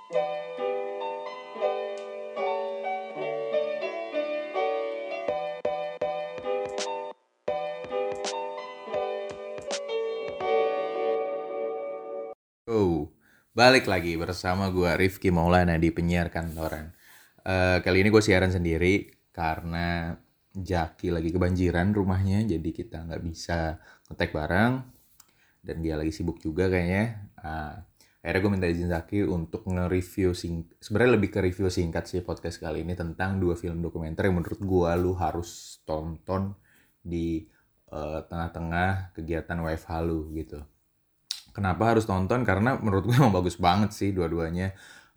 Oh, balik lagi bersama gue Rifki Maulana di penyiar kantoran. Kali ini gue siaran sendiri karena Jaki lagi kebanjiran rumahnya, jadi kita nggak bisa ngetek bareng dan dia lagi sibuk juga kayaknya. Akhirnya gue minta izin Zaki untuk nge-review sebenarnya lebih ke review singkat sih podcast kali ini tentang dua film dokumenter yang menurut gue lu harus tonton di tengah-tengah kegiatan WFH lu gitu. Kenapa harus nonton? Karena menurut gue emang bagus banget sih dua-duanya.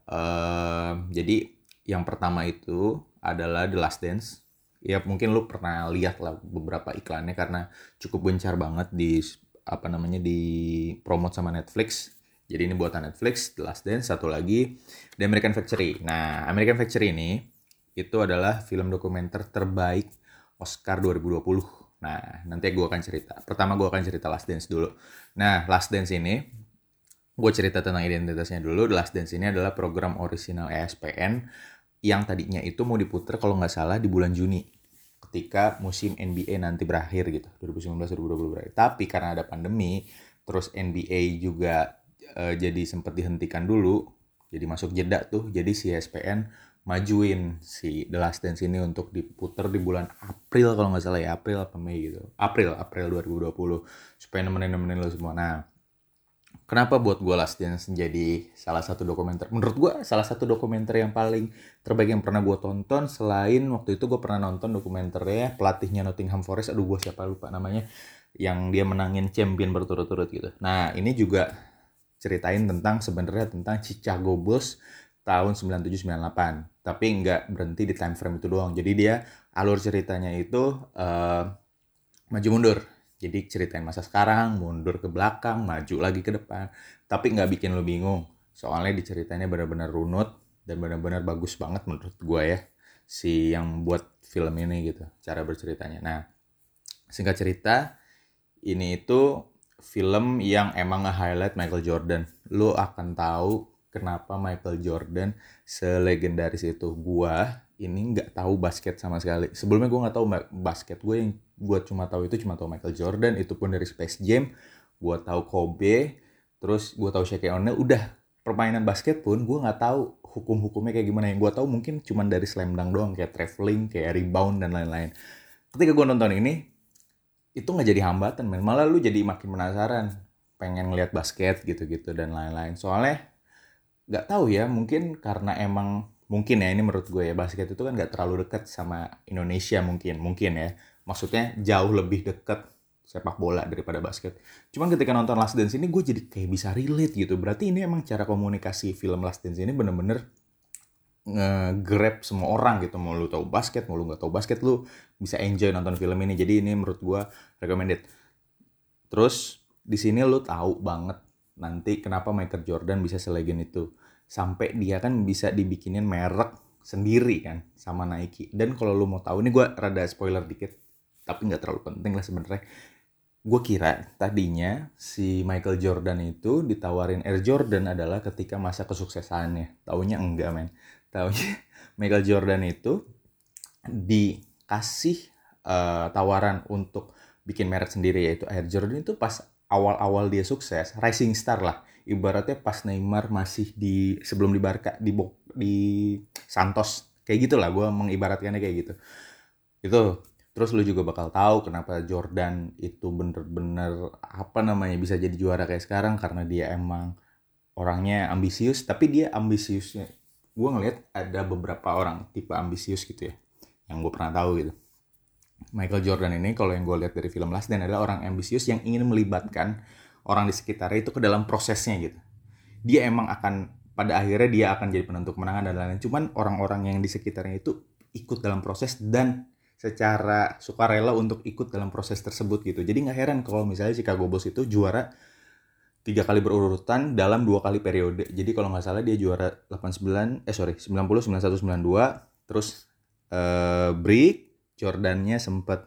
Jadi yang pertama itu adalah The Last Dance. Ya mungkin lu pernah lihat lah beberapa iklannya karena cukup gencar banget di promote sama Netflix. Jadi ini buatan Netflix, The Last Dance. Satu lagi The American Factory. Nah, American Factory ini itu adalah film dokumenter terbaik Oscar 2020. Nah, nanti gue akan cerita. Pertama gue akan cerita Last Dance dulu. Nah, Last Dance ini, gue cerita tentang identitasnya dulu. The Last Dance ini adalah program orisinal ESPN yang tadinya itu mau diputar kalau nggak salah di bulan Juni. Ketika musim NBA nanti berakhir gitu, 2019-2020 berakhir. Tapi karena ada pandemi, terus NBA juga jadi sempat dihentikan dulu. Jadi masuk jeda tuh, jadi si ESPN majuin si The Last Dance ini untuk diputer di bulan April kalau nggak salah ya, April apa Mei gitu. April 2020 supaya nemenin lo semua. Nah, kenapa buat gue Last Dance jadi salah satu dokumenter? Menurut gue salah satu dokumenter yang paling terbaik yang pernah gue tonton. Selain waktu itu gue pernah nonton dokumenternya pelatihnya Nottingham Forest, aduh gue siapa lupa namanya, yang dia menangin champion berturut-turut gitu. Nah, ini juga ceritain sebenarnya tentang Chicago Bulls tahun 97-98. Tapi nggak berhenti di time frame itu doang. Jadi dia alur ceritanya itu maju mundur. Jadi ceritain masa sekarang, mundur ke belakang, maju lagi ke depan. Tapi nggak bikin lo bingung. Soalnya diceritainnya benar-benar runut dan benar-benar bagus banget menurut gue ya. Si yang buat film ini gitu, cara berceritanya. Nah, singkat cerita, ini itu film yang emang nge-highlight Michael Jordan. Lo akan tahu kenapa Michael Jordan selegendaris itu. Gua ini nggak tahu basket sama sekali. Sebelumnya gue nggak tahu basket. Gue cuma tahu Michael Jordan. Itu pun dari Space Jam. Gue tahu Kobe. Terus gue tahu Shaquille O'Neal. Udah permainan basket pun gue nggak tahu hukum-hukumnya kayak gimana. Yang gue tahu mungkin cuma dari slam dunk doang, kayak traveling, kayak rebound dan lain-lain. Ketika gue nonton ini, itu nggak jadi hambatan, men. Malah lu jadi makin penasaran, pengen ngeliat basket gitu-gitu dan lain-lain. Soalnya nggak tahu ya, mungkin ya, ini menurut gue ya, basket itu kan nggak terlalu dekat sama Indonesia, mungkin ya, maksudnya jauh lebih dekat sepak bola daripada basket. Cuman ketika nonton Last Dance ini gue jadi kayak bisa relate gitu. Berarti ini emang cara komunikasi film Last Dance ini bener-bener nge-grab semua orang gitu. Mau lu tahu basket, mau lu nggak tahu basket, lu bisa enjoy nonton film ini. Jadi ini menurut gue recommended. Terus di sini lu tahu banget nanti kenapa Michael Jordan bisa selegen itu. Sampai dia kan bisa dibikinin merek sendiri kan sama Nike. Dan kalau lu mau tahu, ini gue rada spoiler dikit, tapi nggak terlalu penting lah sebenarnya. Gue kira tadinya si Michael Jordan itu ditawarin Air Jordan adalah ketika masa kesuksesannya. Taunya enggak, men. Taunya Michael Jordan itu dikasih tawaran untuk bikin merek sendiri, yaitu Air Jordan itu pas awal-awal dia sukses, rising star lah. Ibaratnya pas Neymar masih sebelum di Barca, di Santos. Kayak gitulah, gue mengibaratkannya kayak gitu. Itu terus lu juga bakal tahu kenapa Jordan itu bener-bener bisa jadi juara kayak sekarang, karena dia emang orangnya ambisius. Tapi dia ambisiusnya, gue ngeliat ada beberapa orang tipe ambisius gitu ya yang gue pernah tahu gitu. Michael Jordan ini, kalau yang gue lihat dari film Last Dance, adalah orang ambisius yang ingin melibatkan orang di sekitarnya itu ke dalam prosesnya gitu. Dia emang pada akhirnya dia akan jadi penentu kemenangan dan lain-lain. Cuman orang-orang yang di sekitarnya itu ikut dalam proses dan secara sukarela untuk ikut dalam proses tersebut gitu. Jadi nggak heran kalau misalnya Chicago Bulls itu juara 3 kali berurutan dalam 2 kali periode. Jadi kalau nggak salah dia juara 90, 91, 92, terus break, Jordannya sempat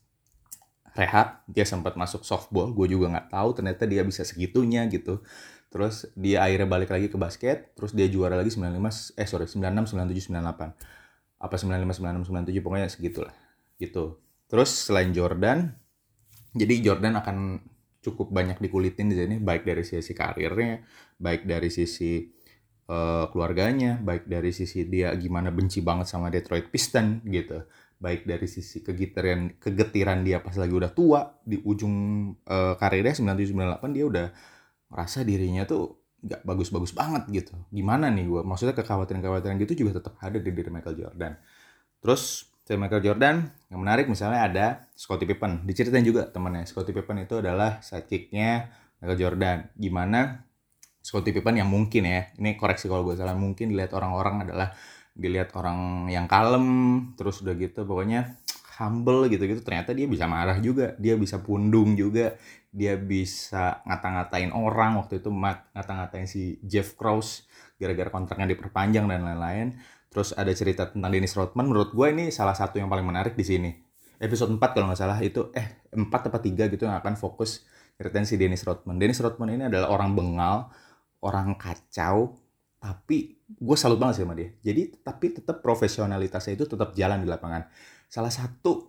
rehat, dia sempat masuk softball. Gue juga nggak tahu ternyata dia bisa segitunya gitu. Terus dia akhirnya balik lagi ke basket, terus dia juara lagi 96, 97, 98. Apa 95, 96, 97, pokoknya segitulah. Gitu. Terus selain Jordan, jadi Jordan akan cukup banyak dikulitin di sini, baik dari sisi karirnya, baik dari sisi keluarganya, baik dari sisi dia gimana benci banget sama Detroit Pistons gitu, baik dari sisi kegetiran dia pas lagi udah tua di ujung karirnya 97-98 dia udah merasa dirinya tuh nggak bagus-bagus banget gitu. Gimana nih gue? Maksudnya kekhawatiran-kekhawatiran gitu juga tetap ada di diri Michael Jordan. Terus Michael Jordan yang menarik misalnya ada Scottie Pippen. Diceritain juga temennya. Scottie Pippen itu adalah sidekicknya Michael Jordan. Gimana Scottie Pippen yang mungkin ya, ini koreksi kalau gue salah, mungkin dilihat orang-orang adalah dilihat orang yang kalem, terus udah gitu pokoknya humble gitu-gitu, ternyata dia bisa marah juga, dia bisa pundung juga, dia bisa ngata-ngatain orang. Waktu itu ngata-ngatain si Jeff Krause gara-gara kontraknya diperpanjang dan lain-lain. Terus ada cerita tentang Dennis Rodman, menurut gue ini salah satu yang paling menarik di sini. Episode 4 kalau nggak salah itu, 4 atau 3 gitu yang akan fokus ceritain si Dennis Rodman. Dennis Rodman ini adalah orang bengal, orang kacau, tapi gue salut banget sih sama dia. Jadi tapi tetap profesionalitasnya itu tetap jalan di lapangan. Salah satu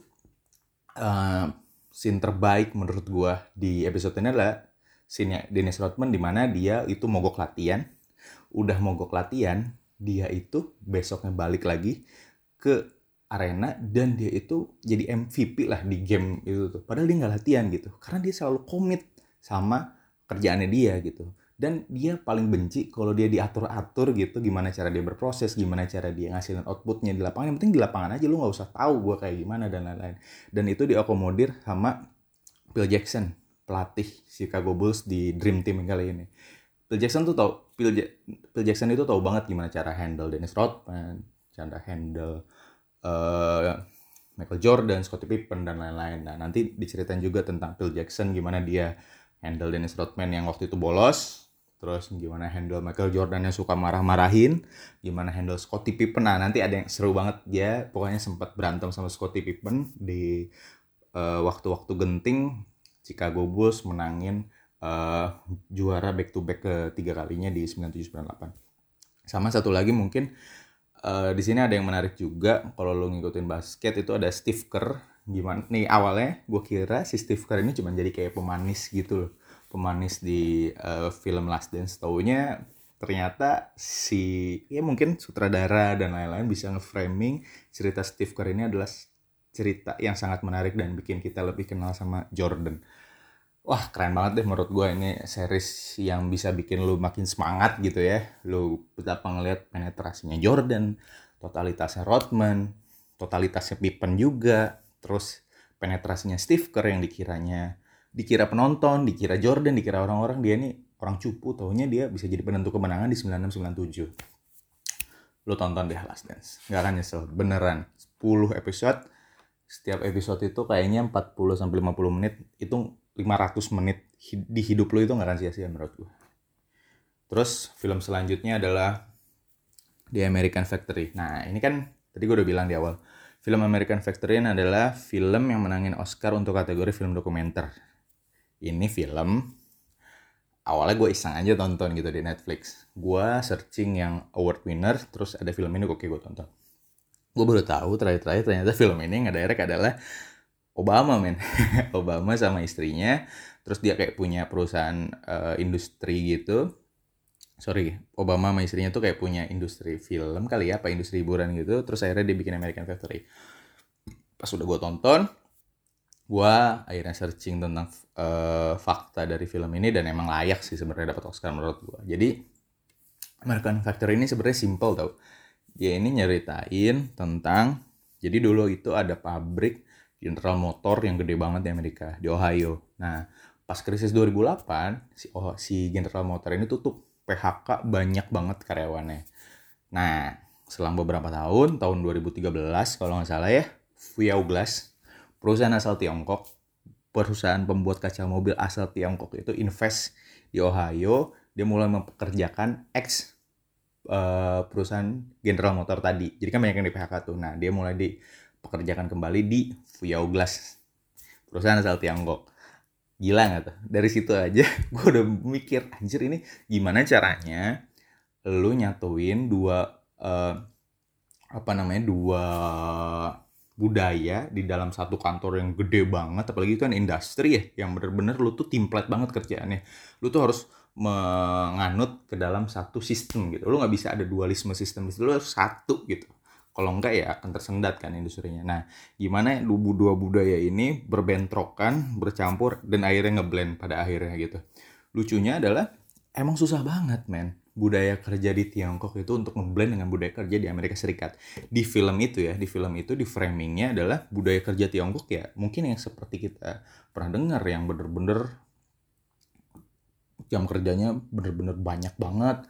scene terbaik menurut gue di episode ini adalah scene Dennis Rodman di mana dia itu mogok latihan. Udah mogok latihan, dia itu besoknya balik lagi ke arena dan dia itu jadi MVP lah di game itu tuh. Padahal dia nggak latihan gitu, karena dia selalu komit sama kerjaannya dia gitu. Dan dia paling benci kalau dia diatur-atur gitu, gimana cara dia berproses, gimana cara dia ngasilin outputnya di lapangan. Yang penting di lapangan aja, lu gak usah tahu gue kayak gimana dan lain-lain. Dan itu diakomodir sama Phil Jackson, pelatih Chicago Bulls di Dream Team kali ini. Phil Jackson itu tahu banget gimana cara handle Dennis Rodman, cara handle Michael Jordan, Scottie Pippen dan lain-lain. Nah, nanti diceritain juga tentang Phil Jackson gimana dia handle Dennis Rodman yang waktu itu bolos, terus gimana handle Michael Jordan yang suka marah-marahin, gimana handle Scottie Pippen. Nah, nanti ada yang seru banget, dia pokoknya sempat berantem sama Scottie Pippen di waktu-waktu genting. Chicago Bulls menangin juara back to back ketiga kalinya di 97-98. Sama satu lagi mungkin di sini ada yang menarik juga, kalau lo ngikutin basket itu ada Steve Kerr. Gimana nih, awalnya gue kira si Steve Kerr ini cuma jadi kayak pemanis gitu loh, pemanis di film Last Dance. Taunya ternyata ya mungkin sutradara dan lain-lain bisa nge-framing cerita Steve Kerr ini adalah cerita yang sangat menarik dan bikin kita lebih kenal sama Jordan. Wah, keren banget deh menurut gue, ini series yang bisa bikin lu makin semangat gitu ya. Lu betapa ngeliat penetrasinya Jordan, totalitasnya Rodman, totalitasnya Pippen juga, terus penetrasinya Steve Kerr yang dikira penonton, dikira Jordan, dikira orang-orang, dia nih orang cupu, taunya dia bisa jadi penentu kemenangan di 96-97. Lu tonton deh Last Dance, gak akan nyesel, beneran. 10 episode, setiap episode itu kayaknya 40-50 menit, itu 500 menit di hidup lo itu gak akan sia-sia menurut gue. Terus film selanjutnya adalah The American Factory. Nah, ini kan tadi gue udah bilang di awal, film American Factory ini adalah film yang menangin Oscar untuk kategori film dokumenter. Ini film awalnya gue iseng aja tonton gitu di Netflix. Gue searching yang award winner, terus ada film ini, oke gue tonton. Gue baru tahu terakhir ternyata film ini yang direct adalah Obama, men. Obama sama istrinya. Terus dia kayak punya perusahaan industri gitu. Obama sama istrinya tuh kayak punya industri film kali ya, apa industri hiburan gitu. Terus akhirnya dia bikin American Factory. Pas udah gue tonton, gue akhirnya searching tentang fakta dari film ini, dan emang layak sih sebenarnya dapat Oscar menurut gue. Jadi American Factory ini sebenarnya simple tau. Dia ini nyeritain tentang, jadi dulu itu ada pabrik General Motor yang gede banget di Amerika, di Ohio. Nah, pas krisis 2008, si General Motor ini tutup, PHK banyak banget karyawannya. Nah, selang beberapa tahun 2013 kalau nggak salah ya, Vauxhall, perusahaan asal Tiongkok, perusahaan pembuat kaca mobil asal Tiongkok itu invest di Ohio. Dia mulai mempekerjakan perusahaan General Motor tadi. Jadi kan banyak yang di PHK tuh. Nah, dia mulai pekerjakan kembali di Vauxhall, perusahaan asal Tiongkok. Gila nggak tuh? Dari situ aja gue udah mikir, anjir ini gimana caranya lu nyatuin eh, dua budaya di dalam satu kantor yang gede banget, apalagi itu kan industri ya, yang bener-bener lu tuh template banget kerjaannya. Lu tuh harus menganut ke dalam satu sistem gitu. Lu nggak bisa ada dualisme sistem, lu harus satu gitu. Kalau enggak ya akan tersendat kan industrinya. Nah, gimana dua budaya ini berbentrokan, bercampur, dan akhirnya ngeblend pada akhirnya gitu. Lucunya adalah emang susah banget, men, budaya kerja di Tiongkok itu untuk ngeblend dengan budaya kerja di Amerika Serikat. Di film itu ya, di framingnya adalah budaya kerja Tiongkok ya, mungkin yang seperti kita pernah dengar, yang bener-bener jam kerjanya bener-bener banyak banget,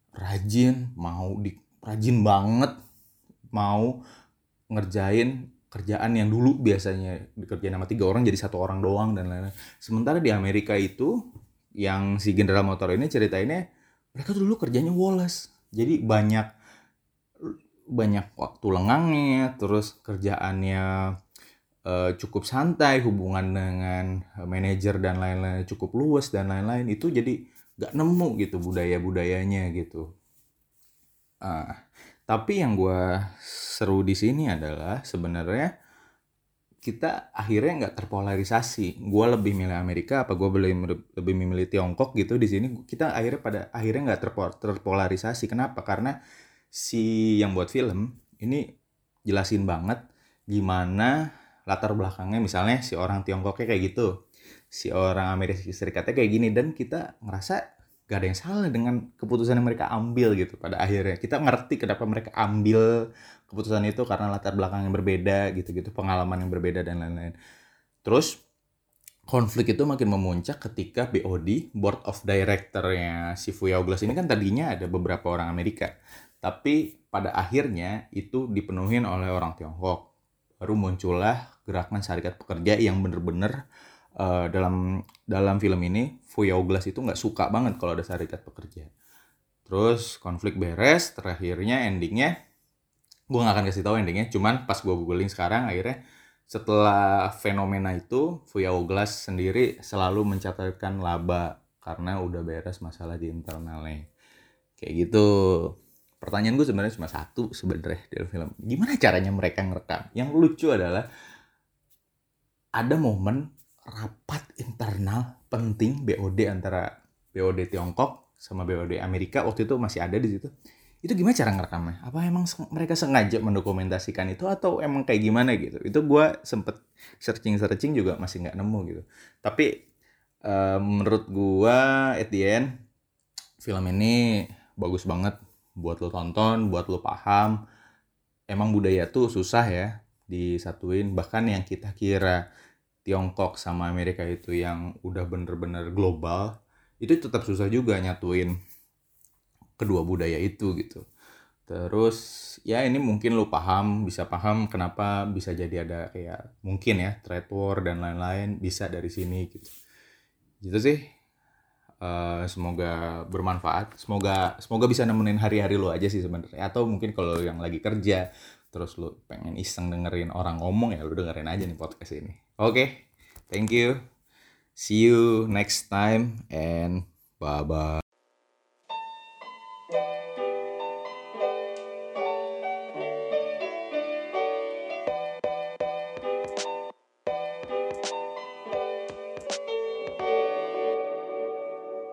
rajin banget, mau ngerjain kerjaan yang dulu biasanya dikerjain sama 3 orang jadi 1 orang doang dan lain-lain. Sementara di Amerika itu, yang si General Motor ini ceritainnya, mereka tuh dulu kerjanya woles. Jadi banyak banyak waktu lengangnya, terus kerjaannya cukup santai, hubungan dengan manajer dan lain-lain cukup luas dan lain-lain. Itu jadi gak nemu gitu budaya-budayanya gitu. Tapi yang gue seru di sini adalah sebenarnya kita akhirnya nggak terpolarisasi. Gue lebih milih Amerika, apa gue lebih memilih Tiongkok gitu. Di sini kita akhirnya nggak terpolarisasi. Kenapa? Karena si yang buat film ini jelasin banget gimana latar belakangnya. Misalnya si orang Tiongkoknya kayak gitu, si orang Amerika Serikatnya kayak gini, dan kita ngerasa gak ada yang salah dengan keputusan yang mereka ambil gitu. Pada akhirnya kita ngerti kenapa mereka ambil keputusan itu, karena latar belakang yang berbeda gitu-gitu, pengalaman yang berbeda dan lain-lain. Terus konflik itu makin memuncak ketika BOD, Board of Director-nya si Fuyao Glass ini kan tadinya ada beberapa orang Amerika, tapi pada akhirnya itu dipenuhin oleh orang Tiongkok. Baru muncullah gerakan Serikat Pekerja yang bener-bener dalam film ini Fuyao Glass itu nggak suka banget kalau ada Serikat Pekerja. Terus konflik beres, terakhirnya endingnya gue nggak akan kasih tahu endingnya, cuman pas gue googling sekarang, akhirnya setelah fenomena itu Fuyao Glass sendiri selalu mencatatkan laba karena udah beres masalah di internalnya. Kayak gitu. Pertanyaan gue sebenarnya cuma satu sebenarnya dari film. Gimana caranya mereka ngerekam? Yang lucu adalah ada momen rapat internal penting BOD antara BOD Tiongkok sama BOD Amerika, waktu itu masih ada di situ. Itu gimana cara ngerekamnya? Apa emang mereka sengaja mendokumentasikan itu atau emang kayak gimana gitu? Itu gue sempet searching juga masih nggak nemu gitu. Tapi menurut gue at the end film ini bagus banget buat lo tonton, buat lo paham. Emang budaya tuh susah ya disatuin. Bahkan yang kita kira Tiongkok sama Amerika itu yang udah bener-bener global, itu tetap susah juga nyatuin kedua budaya itu gitu. Terus ya ini mungkin lo bisa paham kenapa bisa jadi ada kayak mungkin ya trade war dan lain-lain bisa dari sini gitu. Gitu sih. Semoga bermanfaat. Semoga bisa nemenin hari-hari lo aja sih sebenarnya. Atau mungkin kalau yang lagi kerja terus lo pengen iseng dengerin orang ngomong, ya lo dengerin aja nih podcast ini. Oke, thank you. See you next time and bye-bye.